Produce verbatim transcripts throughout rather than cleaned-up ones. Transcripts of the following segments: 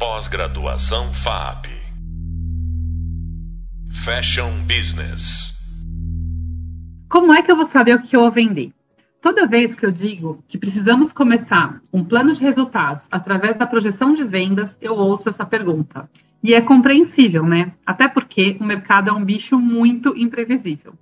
Pós-graduação F A P. Fashion Business. Como é que eu vou saber o que eu vou vender? Toda vez que eu digo que precisamos começar um plano de resultados através da projeção de vendas, eu ouço essa pergunta. E é compreensível, né? Até porque o mercado é um bicho muito imprevisível.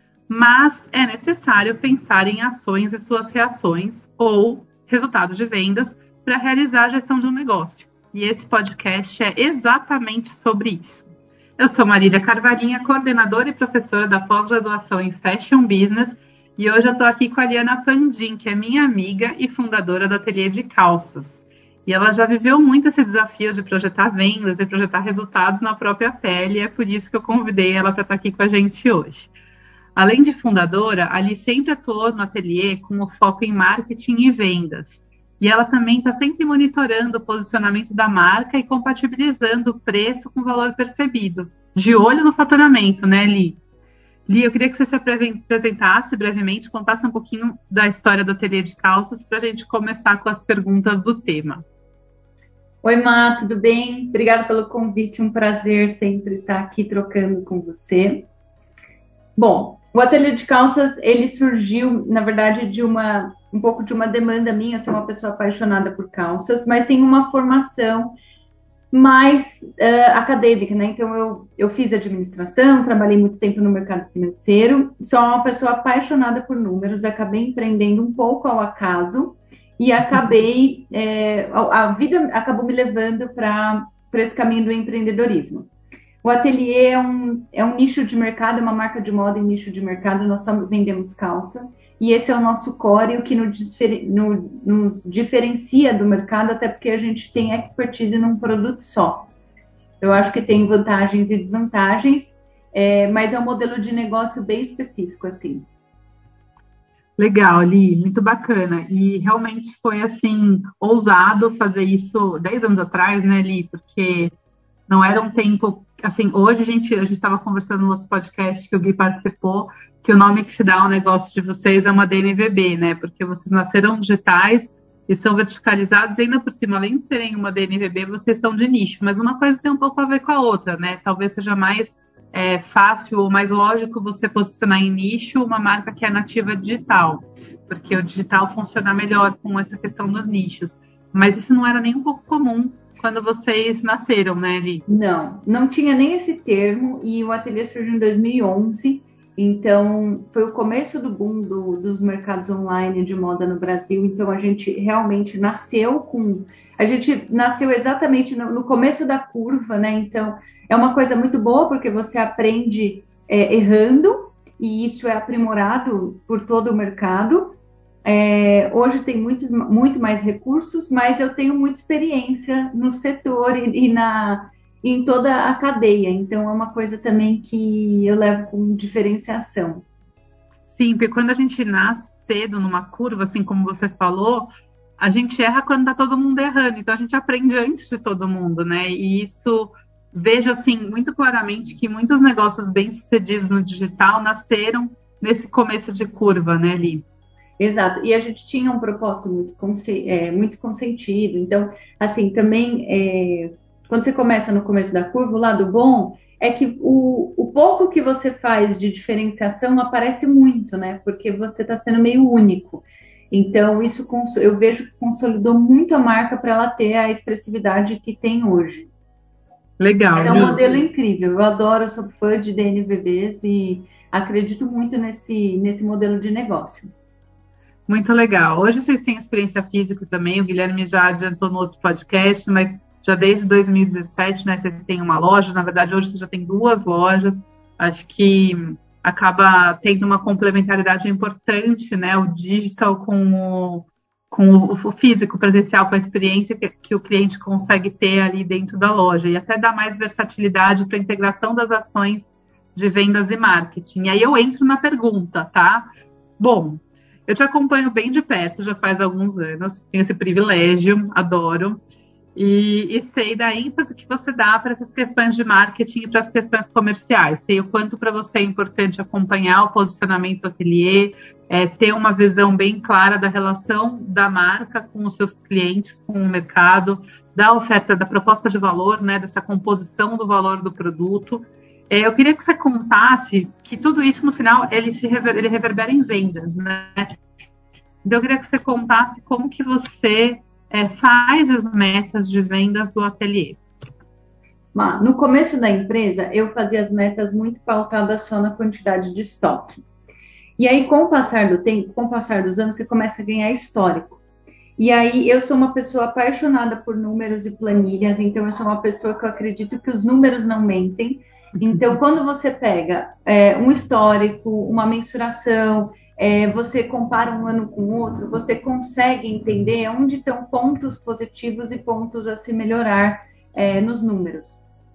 Mas é necessário pensar em ações e suas reações ou resultados de vendas para realizar a gestão de um negócio. E esse podcast é exatamente sobre isso. Eu sou Marília Carvalhinha, coordenadora e professora da pós-graduação em Fashion Business, e hoje eu estou aqui com a Liana Pandim, que é minha amiga e fundadora do Ateliê de Calças. E ela já viveu muito esse desafio de projetar vendas e projetar resultados na própria pele, e é por isso que eu convidei ela para estar aqui com a gente hoje. Além de fundadora, a Li sempre atuou no ateliê com o foco em marketing e vendas. E ela também está sempre monitorando o posicionamento da marca e compatibilizando o preço com o valor percebido. De olho no faturamento, né, Li? Li, eu queria que você se apresentasse brevemente, contasse um pouquinho da história do Ateliê de Calças para a gente começar com as perguntas do tema. Oi, Má, tudo bem? Obrigada pelo convite, um prazer sempre estar aqui trocando com você. Bom, o Ateliê de Calças, ele surgiu, na verdade, de uma, um pouco de uma demanda minha. Eu sou uma pessoa apaixonada por calças, mas tenho uma formação mais uh, acadêmica, né? Então, eu, eu fiz administração, trabalhei muito tempo no mercado financeiro, sou uma pessoa apaixonada por números, acabei empreendendo um pouco ao acaso e acabei, é, a, a vida acabou me levando para esse caminho do empreendedorismo. O ateliê é um, é um nicho de mercado, é uma marca de moda em nicho de mercado, nós só vendemos calça, e esse é o nosso core, o que nos, diferen, no, nos diferencia do mercado, até porque a gente tem expertise num produto só. Eu acho que tem vantagens e desvantagens, é, mas é um modelo de negócio bem específico, assim. Legal, Li, muito bacana. E realmente foi, assim, ousado fazer isso dez anos atrás, né, Li? Porque não era um tempo... Assim, hoje a gente a gente estava conversando no outro podcast que o Gui participou, que o nome que se dá ao negócio de vocês é uma D N V B, né? Porque vocês nasceram digitais e são verticalizados, e ainda por cima, além de serem uma D N V B, vocês são de nicho. Mas uma coisa tem um pouco a ver com a outra, né? Talvez seja mais é, fácil ou mais lógico você posicionar em nicho uma marca que é nativa digital, porque o digital funciona melhor com essa questão dos nichos. Mas isso não era nem um pouco comum quando vocês nasceram, né, Li? Não, não tinha nem esse termo, e o ateliê surgiu em dois mil e onze, então foi o começo do boom do, dos mercados online de moda no Brasil, então a gente realmente nasceu com... A gente nasceu exatamente no, no começo da curva, né, então é uma coisa muito boa, porque você aprende é, errando, e isso é aprimorado por todo o mercado. É, hoje tem muitos, muito mais recursos, mas eu tenho muita experiência no setor e, e na, em toda a cadeia. Então, é uma coisa também que eu levo com diferenciação. Sim, porque quando a gente nasce cedo numa curva, assim como você falou, a gente erra quando está todo mundo errando. Então, a gente aprende antes de todo mundo, né? E isso, vejo assim, muito claramente que muitos negócios bem-sucedidos no digital nasceram nesse começo de curva, né, Li? Exato, e a gente tinha um propósito muito, conce, é, muito consentido. Então, assim, também, é, quando você começa no começo da curva, o lado bom é que o, o pouco que você faz de diferenciação aparece muito, né? Porque você está sendo meio único. Então, isso eu vejo que consolidou muito a marca para ela ter a expressividade que tem hoje. Legal. Mas é um modelo incrível. Eu adoro, eu sou fã de D N V Bs e acredito muito nesse, nesse modelo de negócio. Muito legal. Hoje vocês têm experiência física também, o Guilherme já adiantou no outro podcast, mas já desde dois mil e dezessete, né, vocês têm uma loja, na verdade hoje vocês já têm duas lojas, acho que acaba tendo uma complementaridade importante, né, o digital com o, com o físico presencial, com a experiência que, que o cliente consegue ter ali dentro da loja, e até dá mais versatilidade para a integração das ações de vendas e marketing. E aí eu entro na pergunta, tá? Bom, eu te acompanho bem de perto, já faz alguns anos, tenho esse privilégio, adoro, e, e sei da ênfase que você dá para essas questões de marketing e para as questões comerciais. Sei o quanto para você é importante acompanhar o posicionamento do ateliê, é, ter uma visão bem clara da relação da marca com os seus clientes, com o mercado, da oferta, da proposta de valor, né, dessa composição do valor do produto. É, eu queria que você contasse que tudo isso, no final, ele, se rever, ele reverbera em vendas, né? Então, eu queria que você contasse como que você é, faz as metas de vendas do ateliê. No começo da empresa, eu fazia as metas muito pautadas só na quantidade de estoque. E aí, com o passar do tempo, com o passar dos anos, você começa a ganhar histórico. E aí, eu sou uma pessoa apaixonada por números e planilhas, então eu sou uma pessoa que eu acredito que os números não mentem. Então, quando você pega é, um histórico, uma mensuração, é, você compara um ano com o outro, você consegue entender onde estão pontos positivos e pontos a se melhorar é, nos números.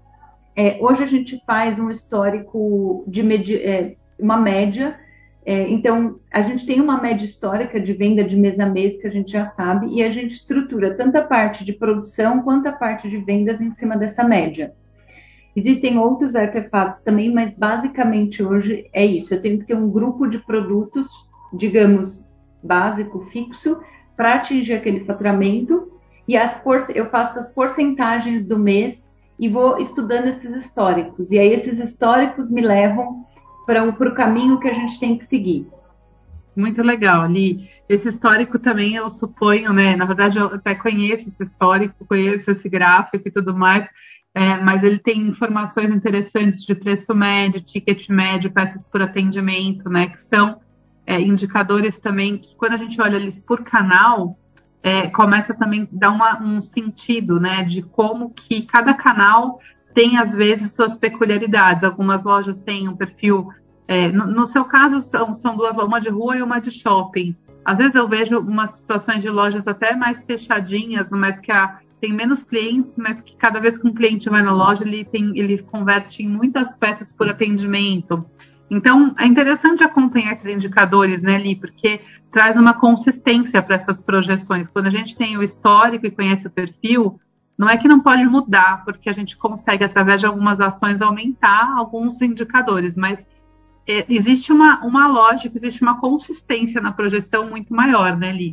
É, hoje a gente faz um histórico de medi- é, uma média, é, então a gente tem uma média histórica de venda de mês a mês que a gente já sabe e a gente estrutura tanto a parte de produção quanto a parte de vendas em cima dessa média. Existem outros artefatos também, mas basicamente hoje é isso. Eu tenho que ter um grupo de produtos, digamos, básico, fixo, para atingir aquele faturamento e as por... eu faço as porcentagens do mês e vou estudando esses históricos. E aí esses históricos me levam para o caminho que a gente tem que seguir. Muito legal, Li. Esse histórico também eu suponho, né? Na verdade, eu até conheço esse histórico, conheço esse gráfico e tudo mais, é, mas ele tem informações interessantes de preço médio, ticket médio, peças por atendimento, né? Que são é, indicadores também que, quando a gente olha eles por canal, É, começa também a dar uma, um sentido, né, de como que cada canal tem, às vezes, suas peculiaridades. Algumas lojas têm um perfil, é, no, no seu caso, são, são duas, uma de rua e uma de shopping. Às vezes eu vejo umas situações de lojas até mais fechadinhas, mas que a, tem menos clientes, mas que cada vez que um cliente vai na loja, ele, tem, ele converte em muitas peças por atendimento. Então, é interessante acompanhar esses indicadores, né, Li, porque traz uma consistência para essas projeções. Quando a gente tem o histórico e conhece o perfil, não é que não pode mudar, porque a gente consegue, através de algumas ações, aumentar alguns indicadores, mas é, existe uma, uma lógica, existe uma consistência na projeção muito maior, né, Li?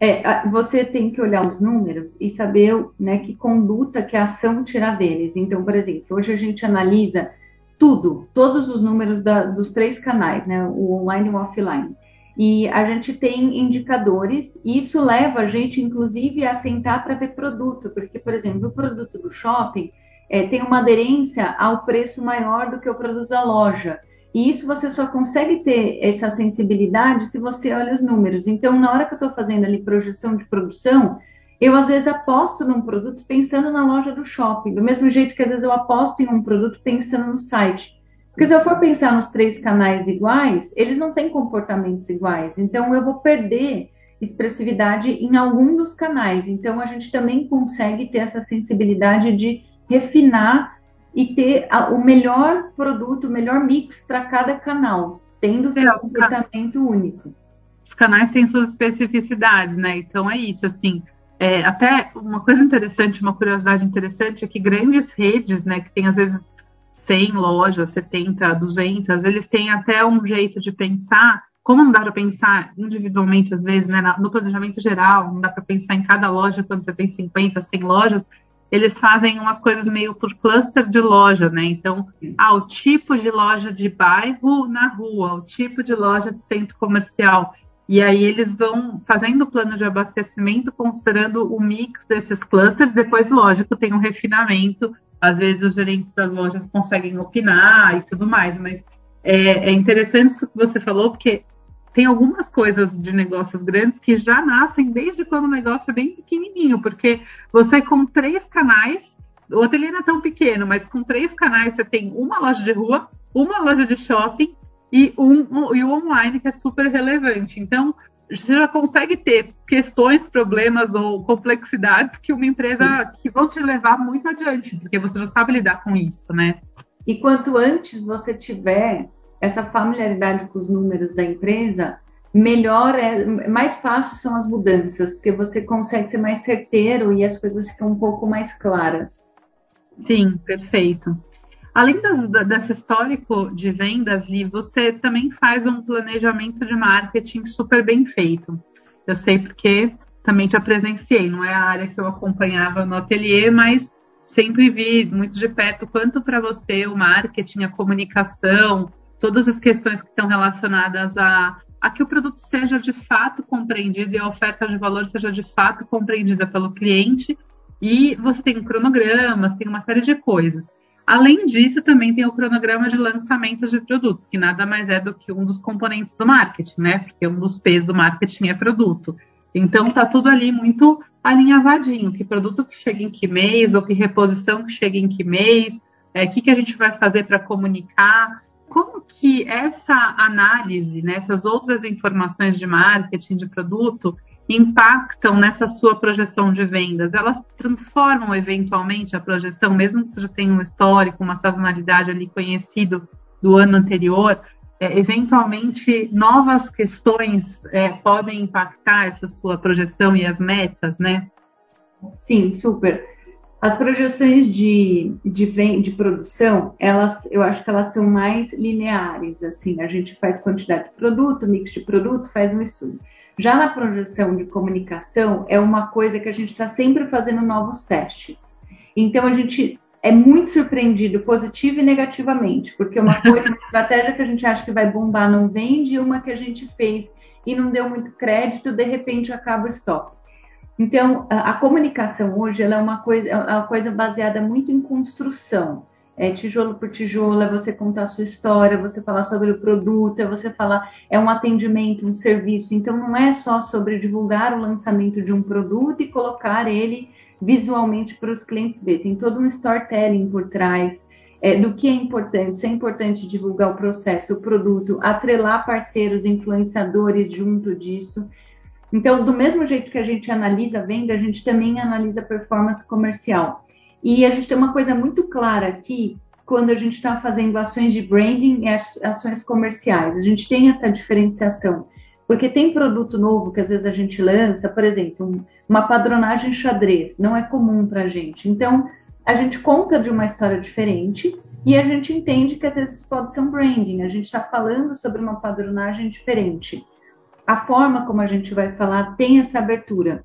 É, você tem que olhar os números e saber, né, que conduta, que ação tirar deles. Então, por exemplo, hoje a gente analisa tudo, todos os números da, dos três canais, né, o online e o offline. E a gente tem indicadores, e isso leva a gente, inclusive, a sentar para ver produto, porque, por exemplo, o produto do shopping é, tem uma aderência ao preço maior do que o produto da loja. E isso você só consegue ter essa sensibilidade se você olha os números. Então, na hora que eu estou fazendo ali projeção de produção, eu, às vezes, aposto num produto pensando na loja do shopping, do mesmo jeito que, às vezes, eu aposto em um produto pensando no site. Porque se eu for pensar nos três canais iguais, eles não têm comportamentos iguais. Então, eu vou perder expressividade em algum dos canais. Então, a gente também consegue ter essa sensibilidade de refinar e ter o melhor produto, o melhor mix para cada canal, tendo seu é, comportamento can... único. Os canais têm suas especificidades, né? Então, é isso, assim... É, até uma coisa interessante, uma curiosidade interessante é que grandes redes, né, que tem às vezes cem lojas, setenta, duzentas, eles têm até um jeito de pensar, como não dá para pensar individualmente às vezes, né, no planejamento geral, não dá para pensar em cada loja quando você tem cinquenta, cem lojas, eles fazem umas coisas meio por cluster de loja, né, então, ah, o tipo de loja de bairro na rua, o tipo de loja de centro comercial. E aí eles vão fazendo o plano de abastecimento considerando o mix desses clusters, depois, lógico, tem um refinamento, às vezes os gerentes das lojas conseguem opinar e tudo mais, mas é, é interessante isso que você falou, porque tem algumas coisas de negócios grandes que já nascem desde quando o negócio é bem pequenininho, porque você com três canais, o ateliê não é tão pequeno, mas com três canais você tem uma loja de rua, uma loja de shopping, E, um, um, e o online, que é super relevante. Então, você já consegue ter questões, problemas ou complexidades que uma empresa Sim. que vão te levar muito adiante, porque você já sabe lidar com isso, né? E quanto antes você tiver essa familiaridade com os números da empresa, melhor é, mais fácil são as mudanças, porque você consegue ser mais certeiro e as coisas ficam um pouco mais claras. Sim, perfeito. Além das, desse histórico de vendas, Li, você também faz um planejamento de marketing super bem feito. Eu sei porque também já presenciei, não é a área que eu acompanhava no ateliê, mas sempre vi muito de perto quanto para você o marketing, a comunicação, todas as questões que estão relacionadas a, a que o produto seja de fato compreendido e a oferta de valor seja de fato compreendida pelo cliente. E você tem cronogramas, tem uma série de coisas. Além disso, também tem o cronograma de lançamentos de produtos, que nada mais é do que um dos componentes do marketing, né? Porque um dos P's do marketing é produto. Então, tá tudo ali muito alinhavadinho. Que produto que chega em que mês, ou que reposição que chega em que mês, é, o que, que a gente vai fazer para comunicar. Como que essa análise, né, essas outras informações de marketing, de produto, impactam nessa sua projeção de vendas? Elas transformam eventualmente a projeção, mesmo que você já tenha um histórico, uma sazonalidade ali conhecido do ano anterior, é, eventualmente novas questões é, podem impactar essa sua projeção e as metas, né? Sim, super. As projeções de, de, de produção, elas, eu acho que elas são mais lineares, assim, a gente faz quantidade de produto, mix de produto, faz um estudo. Já na projeção de comunicação, é uma coisa que a gente está sempre fazendo novos testes. Então, a gente é muito surpreendido, positivo e negativamente, porque uma coisa, uma estratégia que a gente acha que vai bombar não vende, e uma que a gente fez e não deu muito crédito, de repente acaba o estoque. Então, a, a comunicação hoje ela é, uma coisa, é uma coisa baseada muito em construção. É tijolo por tijolo, é você contar a sua história, você falar sobre o produto, é você falar, é um atendimento, um serviço. Então, não é só sobre divulgar o lançamento de um produto e colocar ele visualmente para os clientes verem. Tem todo um storytelling por trás é, do que é importante. Se é importante divulgar o processo, o produto, atrelar parceiros, influenciadores junto disso. Então, do mesmo jeito que a gente analisa a venda, a gente também analisa a performance comercial. E a gente tem uma coisa muito clara aqui, quando a gente está fazendo ações de branding e ações comerciais. A gente tem essa diferenciação, porque tem produto novo que às vezes a gente lança, por exemplo, uma padronagem xadrez, não é comum para a gente. Então, a gente conta de uma história diferente e a gente entende que às vezes pode ser um branding. A gente está falando sobre uma padronagem diferente. A forma como a gente vai falar tem essa abertura.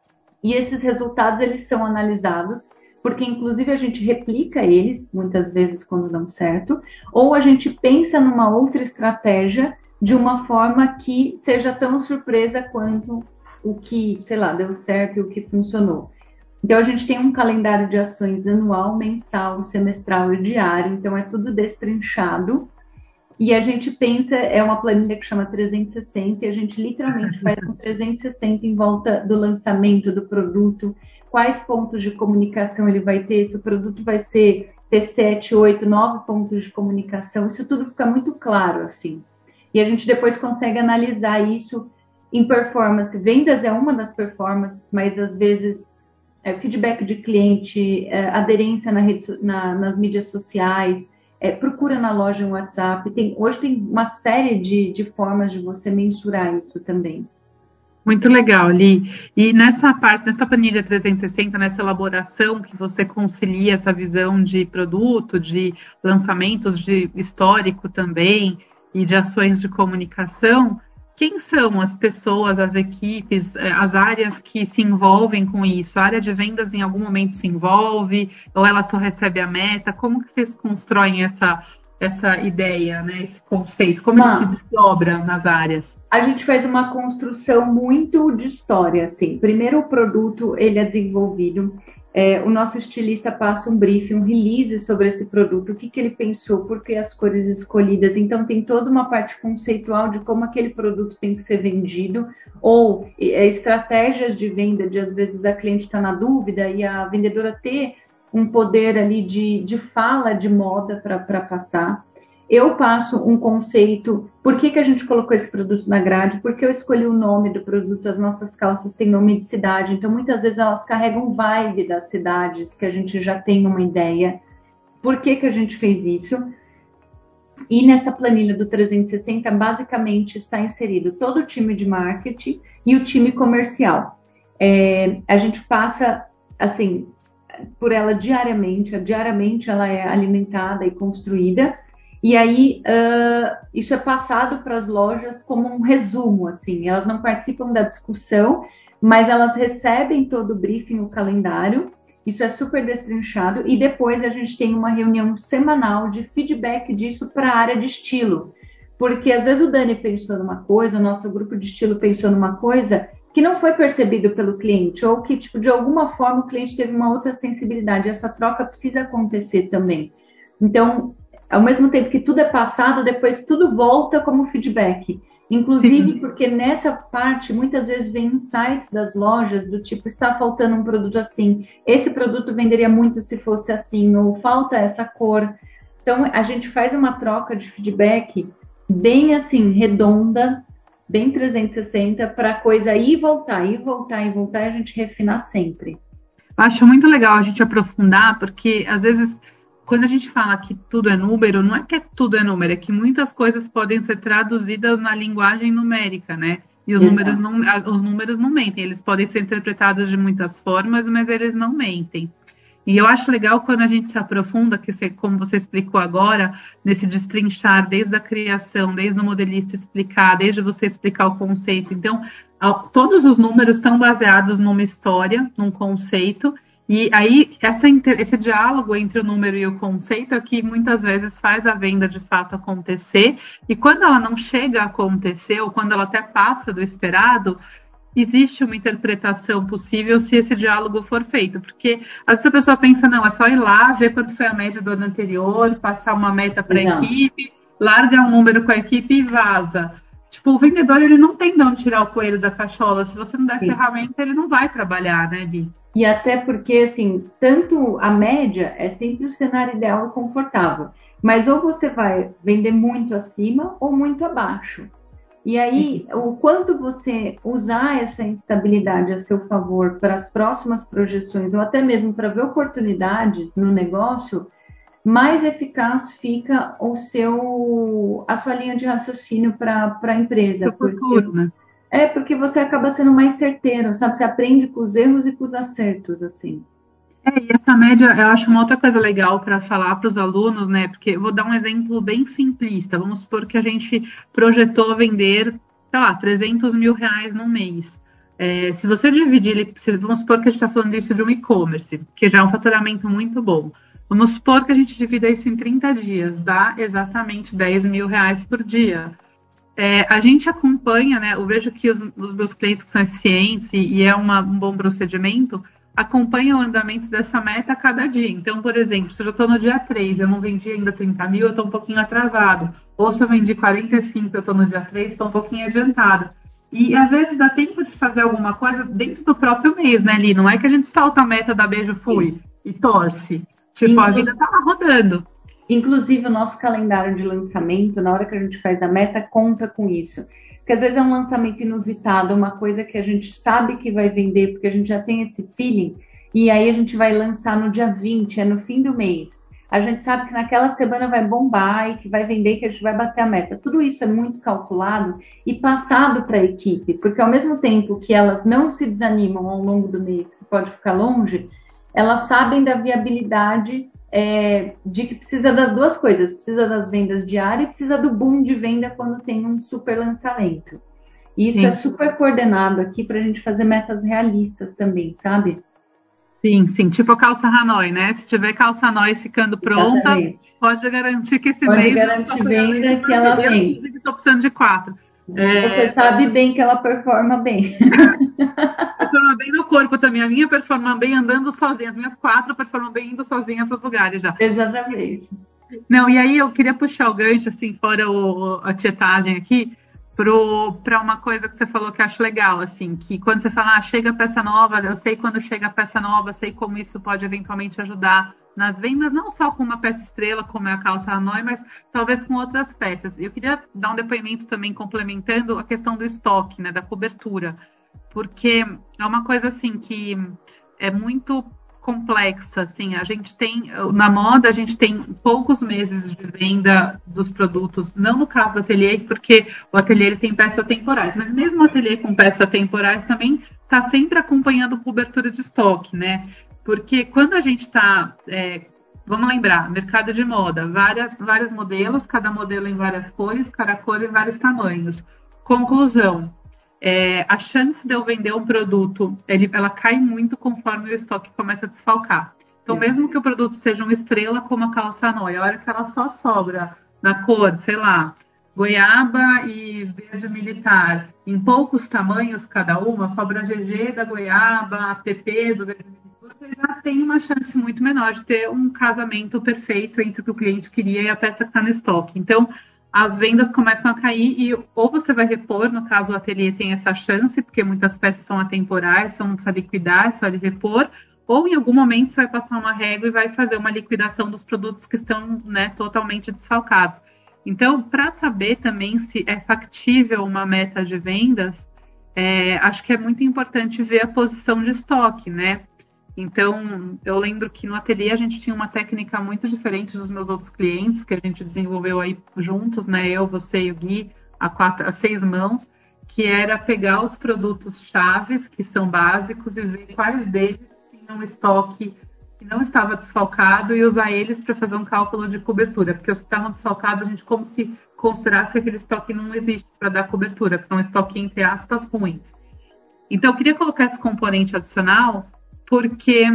E esses resultados, eles são analisados, porque inclusive a gente replica eles, muitas vezes quando dão certo, ou a gente pensa numa outra estratégia de uma forma que seja tão surpresa quanto o que, sei lá, deu certo e o que funcionou. Então a gente tem um calendário de ações anual, mensal, semestral e diário, então é tudo destrinchado. E a gente pensa, é uma planilha que chama trezentos e sessenta, e a gente literalmente faz um trezentos e sessenta em volta do lançamento do produto, quais pontos de comunicação ele vai ter, se o produto vai ser ter sete, oito, nove pontos de comunicação, isso tudo fica muito claro, assim. E a gente depois consegue analisar isso em performance. Vendas é uma das performances, mas às vezes é, feedback de cliente, é, aderência na rede, na, nas mídias sociais, é, procura na loja no WhatsApp. Tem, hoje tem uma série de, de formas de você mensurar isso também. Muito legal, Li. E nessa parte, nessa planilha trezentos e sessenta, nessa elaboração que você concilia essa visão de produto, de lançamentos, de histórico também e de ações de comunicação, quem são as pessoas, as equipes, as áreas que se envolvem com isso? A área de vendas em algum momento se envolve ou ela só recebe a meta? Como que vocês constroem essa, essa ideia, né, esse conceito? Como Não. ele se desdobra nas áreas? A gente faz uma construção muito de história, assim. Primeiro o produto, ele é desenvolvido, é, o nosso estilista passa um briefing, um release sobre esse produto, o que, que ele pensou, por que as cores escolhidas. Então tem toda uma parte conceitual de como aquele produto tem que ser vendido, ou é, estratégias de venda, de às vezes a cliente está na dúvida e a vendedora ter um poder ali de, de fala de moda para passar. Eu passo um conceito, por que, que a gente colocou esse produto na grade, porque eu escolhi o nome do produto, as nossas calças têm nome de cidade, então muitas vezes elas carregam vibe das cidades, que a gente já tem uma ideia, por que, que a gente fez isso. E nessa planilha do trezentos e sessenta, basicamente está inserido todo o time de marketing e o time comercial. É, a gente passa, assim, por ela diariamente, diariamente ela é alimentada e construída. E aí, uh, isso é passado para as lojas como um resumo, assim. Elas não participam da discussão, mas elas recebem todo o briefing, o calendário, isso é super destrinchado, e depois a gente tem uma reunião semanal de feedback disso para a área de estilo. Porque às vezes o Dani pensou numa coisa, o nosso grupo de estilo pensou numa coisa que não foi percebido pelo cliente, ou que tipo, de alguma forma o cliente teve uma outra sensibilidade. Essa troca precisa acontecer também. Então, ao mesmo tempo que tudo é passado, depois tudo volta como feedback. Inclusive Sim. porque nessa parte, muitas vezes vem insights das lojas, do tipo, está faltando um produto assim, esse produto venderia muito se fosse assim, ou falta essa cor. Então, a gente faz uma troca de feedback bem assim, redonda, bem trezentos e sessenta, para a coisa ir e voltar, ir e voltar, ir e voltar, e a gente refinar sempre. Acho muito legal a gente aprofundar, porque às vezes, quando a gente fala que tudo é número, não é que tudo é número, é que muitas coisas podem ser traduzidas na linguagem numérica, né? E os números não, os números não mentem, eles podem ser interpretados de muitas formas, mas eles não mentem. E eu acho legal quando a gente se aprofunda, que você, como você explicou agora, nesse destrinchar desde a criação, desde o modelista explicar, desde você explicar o conceito. Então, todos os números estão baseados numa história, num conceito, e aí essa, esse diálogo entre o número e o conceito é que muitas vezes faz a venda de fato acontecer, e quando ela não chega a acontecer, ou quando ela até passa do esperado, existe uma interpretação possível se esse diálogo for feito, porque às vezes a pessoa pensa, não, é só ir lá, ver quanto foi a média do ano anterior, passar uma meta para a equipe, larga um número com a equipe e vaza. Tipo, o vendedor, ele não tem de onde tirar o coelho da cachola, se você não der Sim. ferramenta, ele não vai trabalhar, né, Gui? E até porque, assim, tanto a média é sempre o cenário ideal e confortável, mas ou você vai vender muito acima ou muito abaixo. E aí, o quanto você usar essa instabilidade a seu favor para as próximas projeções, ou até mesmo para ver oportunidades no negócio, mais eficaz fica o seu, a sua linha de raciocínio para a empresa. Pro futuro, né? É, porque você acaba sendo mais certeiro, sabe? Você aprende com os erros e com os acertos, assim. É, e essa média, eu acho uma outra coisa legal para falar para os alunos, né? Porque eu vou dar um exemplo bem simplista. Vamos supor que a gente projetou vender, sei lá, trezentos mil reais no mês. É, se você dividir, vamos supor que a gente está falando isso de um e-commerce, que já é um faturamento muito bom. Vamos supor que a gente divida isso em trinta dias, dá exatamente dez mil reais por dia. É, a gente acompanha, né? Eu vejo que os, os meus clientes que são eficientes e, e é uma, um bom procedimento, acompanha o andamento dessa meta a cada dia. Então, por exemplo, se eu já estou no dia três, eu não vendi ainda trinta mil, eu estou um pouquinho atrasado. Ou se eu vendi quarenta e cinco, eu estou no dia três, estou um pouquinho adiantado. E, às vezes, dá tempo de fazer alguma coisa dentro do próprio mês, né, Li? Não é que a gente solta a meta da Beijo Fui Sim. e torce. Tipo, Inclusive, a vida está lá rodando. Inclusive, o nosso calendário de lançamento, na hora que a gente faz a meta, conta com isso. Porque às vezes é um lançamento inusitado, uma coisa que a gente sabe que vai vender, porque a gente já tem esse feeling, e aí a gente vai lançar no dia vinte, é no fim do mês. A gente sabe que naquela semana vai bombar e que vai vender, que a gente vai bater a meta. Tudo isso é muito calculado e passado para a equipe, porque ao mesmo tempo que elas não se desanimam ao longo do mês, que pode ficar longe, elas sabem da viabilidade É, de que precisa das duas coisas, precisa das vendas diárias e precisa do boom de venda quando tem um super lançamento. E isso Sim. é super coordenado aqui para a gente fazer metas realistas também, sabe? Sim, sim, tipo a calça Hanoi, né? Se tiver calça Hanoi ficando pronta, Exatamente. Pode garantir que esse pode mês... Pode garantir venda que ela vem. Eu, inclusive, estou precisando de quatro. Você é... sabe bem que ela performa bem. Performa bem no corpo também. A minha performa bem andando sozinha. As minhas quatro performam bem indo sozinha para os lugares já. Exatamente. Não, e aí eu queria puxar o gancho, assim, fora o, a tietagem aqui, para uma coisa que você falou que eu acho legal, assim, que quando você fala, ah, chega peça nova, eu sei quando chega peça nova, sei como isso pode eventualmente ajudar nas vendas, não só com uma peça estrela, como é a calça Hanoi, mas talvez com outras peças. Eu queria dar um depoimento também complementando a questão do estoque, né, da cobertura, porque é uma coisa, assim, que é muito complexa, assim, a gente tem, na moda, a gente tem poucos meses de venda dos produtos, não no caso do ateliê, porque o ateliê ele tem peças temporais, mas mesmo o ateliê com peças temporais também está sempre acompanhando cobertura de estoque, né? Porque quando a gente está, é, vamos lembrar, mercado de moda, várias, vários modelos, cada modelo em várias cores, cada cor em vários tamanhos. Conclusão, é, a chance de eu vender um produto, ele, ela cai muito conforme o estoque começa a desfalcar. Então, mesmo que o produto seja uma estrela como a calça Hanoi, a hora que ela só sobra na cor, sei lá, goiaba e verde militar, em poucos tamanhos cada uma, sobra G G da goiaba, P P do verde militar, você já tem uma chance muito menor de ter um casamento perfeito entre o que o cliente queria e a peça que está no estoque. Então, as vendas começam a cair e ou você vai repor, no caso o ateliê tem essa chance, porque muitas peças são atemporais, então não precisa liquidar, é só ele repor, ou em algum momento você vai passar uma régua e vai fazer uma liquidação dos produtos que estão, né, totalmente desfalcados. Então, para saber também se é factível uma meta de vendas, é, acho que é muito importante ver a posição de estoque, né? Então, eu lembro que no ateliê a gente tinha uma técnica muito diferente dos meus outros clientes, que a gente desenvolveu aí juntos, né? Eu, você e o Gui, a, quatro, a seis mãos, que era pegar os produtos chaves, que são básicos, e ver quais deles tinham estoque que não estava desfalcado e usar eles para fazer um cálculo de cobertura, porque os que estavam desfalcados, a gente como se considerasse que aquele estoque não existe para dar cobertura, porque é um estoque, entre aspas, ruim. Então, eu queria colocar esse componente adicional, porque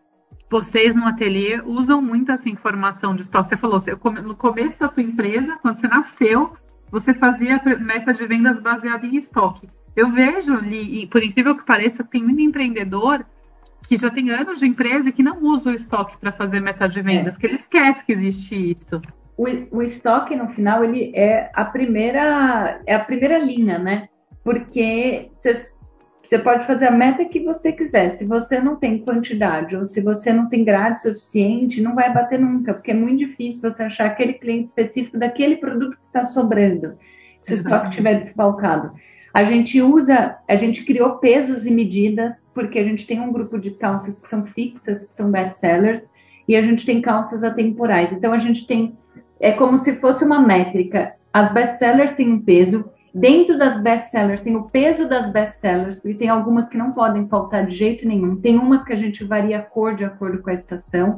vocês no ateliê usam muito essa informação de estoque. Você falou, no começo da tua empresa, quando você nasceu, você fazia meta de vendas baseada em estoque. Eu vejo ali, por incrível que pareça, tem muito empreendedor que já tem anos de empresa e que não usa o estoque para fazer meta de vendas, é. que ele esquece que existe isso. O, o estoque, no final, ele é a primeira, é a primeira linha, né? Porque vocês Você pode fazer a meta que você quiser. Se você não tem quantidade ou se você não tem grade suficiente, não vai bater nunca, porque é muito difícil você achar aquele cliente específico daquele produto que está sobrando, se o estoque estiver desfalcado. A gente usa, a gente criou pesos e medidas, porque a gente tem um grupo de calças que são fixas, que são best-sellers, e a gente tem calças atemporais. Então, a gente tem, é como se fosse uma métrica. As best-sellers têm um peso. Dentro das best-sellers, tem o peso das best-sellers, porque tem algumas que não podem faltar de jeito nenhum. Tem umas que a gente varia a cor de acordo com a estação.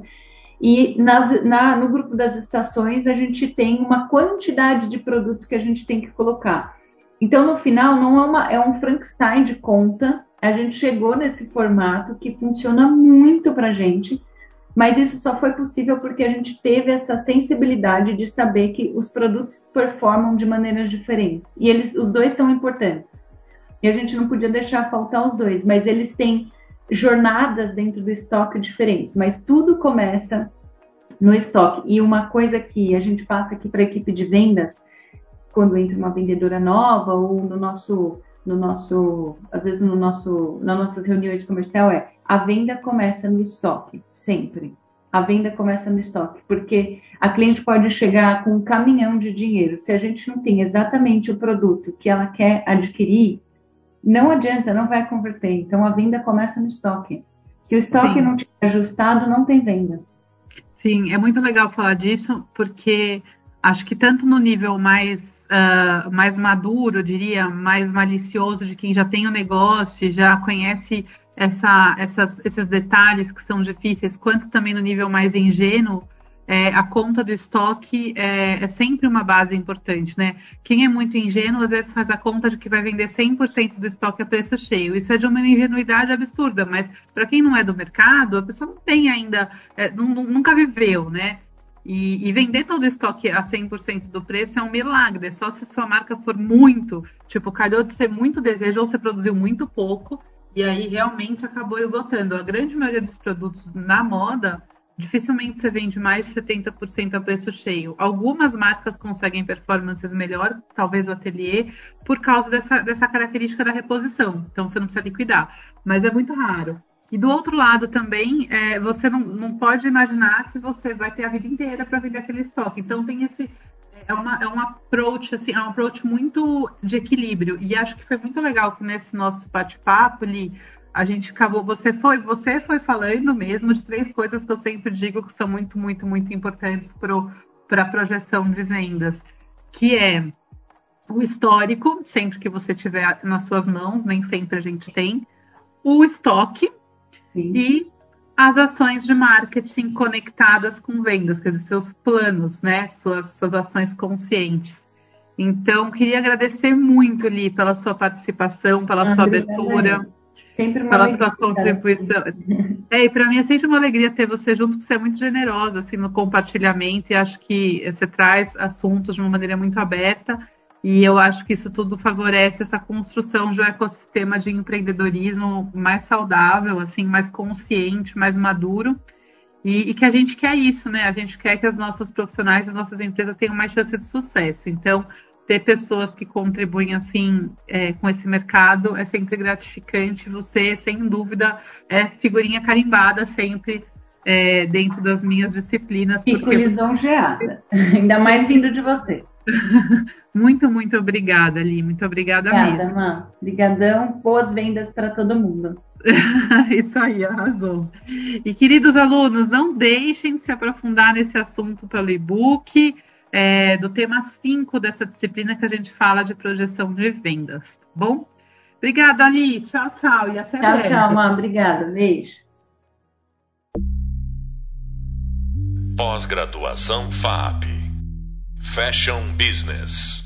E nas, na, no grupo das estações, a gente tem uma quantidade de produtos que a gente tem que colocar. Então, no final, não é, uma, é um Frankenstein de conta. A gente chegou nesse formato que funciona muito para a gente. Mas isso só foi possível porque a gente teve essa sensibilidade de saber que os produtos performam de maneiras diferentes. E eles, os dois são importantes. E a gente não podia deixar faltar os dois, mas eles têm jornadas dentro do estoque diferentes. Mas tudo começa no estoque. E uma coisa que a gente passa aqui para a equipe de vendas, quando entra uma vendedora nova ou no nosso, no nosso, às vezes no nosso, nas nossas reuniões comerciais, é: a venda começa no estoque, sempre. A venda começa no estoque, porque a cliente pode chegar com um caminhão de dinheiro. Se a gente não tem exatamente o produto que ela quer adquirir, não adianta, não vai converter. Então, a venda começa no estoque. Se o estoque Sim. não estiver ajustado, não tem venda. Sim, é muito legal falar disso, porque acho que tanto no nível mais, uh, mais maduro, eu diria, mais malicioso de quem já tem o negócio, já conhece Essa, essas, esses detalhes que são difíceis, quanto também no nível mais ingênuo, é, a conta do estoque é, é sempre uma base importante, né? Quem é muito ingênuo, às vezes faz a conta de que vai vender cem por cento do estoque a preço cheio. Isso é de uma ingenuidade absurda, mas para quem não é do mercado, a pessoa não tem ainda, é, não, nunca viveu, né? E, e vender todo o estoque a cem por cento do preço é um milagre, é só se sua marca for muito, tipo, calhou de ser muito desejo ou você produziu muito pouco, e aí realmente acabou esgotando. A grande maioria dos produtos na moda, dificilmente você vende mais de setenta por cento a preço cheio. Algumas marcas conseguem performances melhor, talvez o ateliê, por causa dessa, dessa característica da reposição. Então você não precisa liquidar, mas é muito raro. E do outro lado também, é, você não, não pode imaginar que você vai ter a vida inteira para vender aquele estoque. Então tem esse... É, uma, é um approach, assim, é um approach muito de equilíbrio. E acho que foi muito legal que nesse nosso bate-papo ali, a gente acabou, você foi, você foi falando mesmo de três coisas que eu sempre digo que são muito, muito, muito importantes para a projeção de vendas, que é o histórico, sempre que você tiver nas suas mãos, nem sempre a gente tem, o estoque Sim. e as ações de marketing conectadas com vendas, quer dizer, seus planos, né? Suas, suas ações conscientes. Então, queria agradecer muito, Li, pela sua participação, pela ah, sua abertura, sempre uma pela alegria, sua contribuição. É, e para mim é sempre uma alegria ter você junto, porque você é muito generosa assim, no compartilhamento, e acho que você traz assuntos de uma maneira muito aberta, e eu acho que isso tudo favorece essa construção de um ecossistema de empreendedorismo mais saudável, assim, mais consciente, mais maduro. E, e que a gente quer isso, né? A gente quer que as nossas profissionais, as nossas empresas tenham mais chance de sucesso. Então, ter pessoas que contribuem assim é, com esse mercado é sempre gratificante. Você, sem dúvida, é figurinha carimbada sempre é, dentro das minhas disciplinas. Fico lisonjeada, ainda mais vindo de você. Muito, muito obrigada, Li. Muito obrigada, obrigada mesmo. Má. Obrigadão. Boas vendas para todo mundo. Isso aí, arrasou. E, queridos alunos, não deixem de se aprofundar nesse assunto pelo e-book é, do tema cinco dessa disciplina que a gente fala de projeção de vendas, tá bom? Obrigada, Ali. Tchau, tchau. E até tchau, breve. Tchau, tchau, Má. Obrigada. Beijo. Pós-graduação F A P. Fashion Business.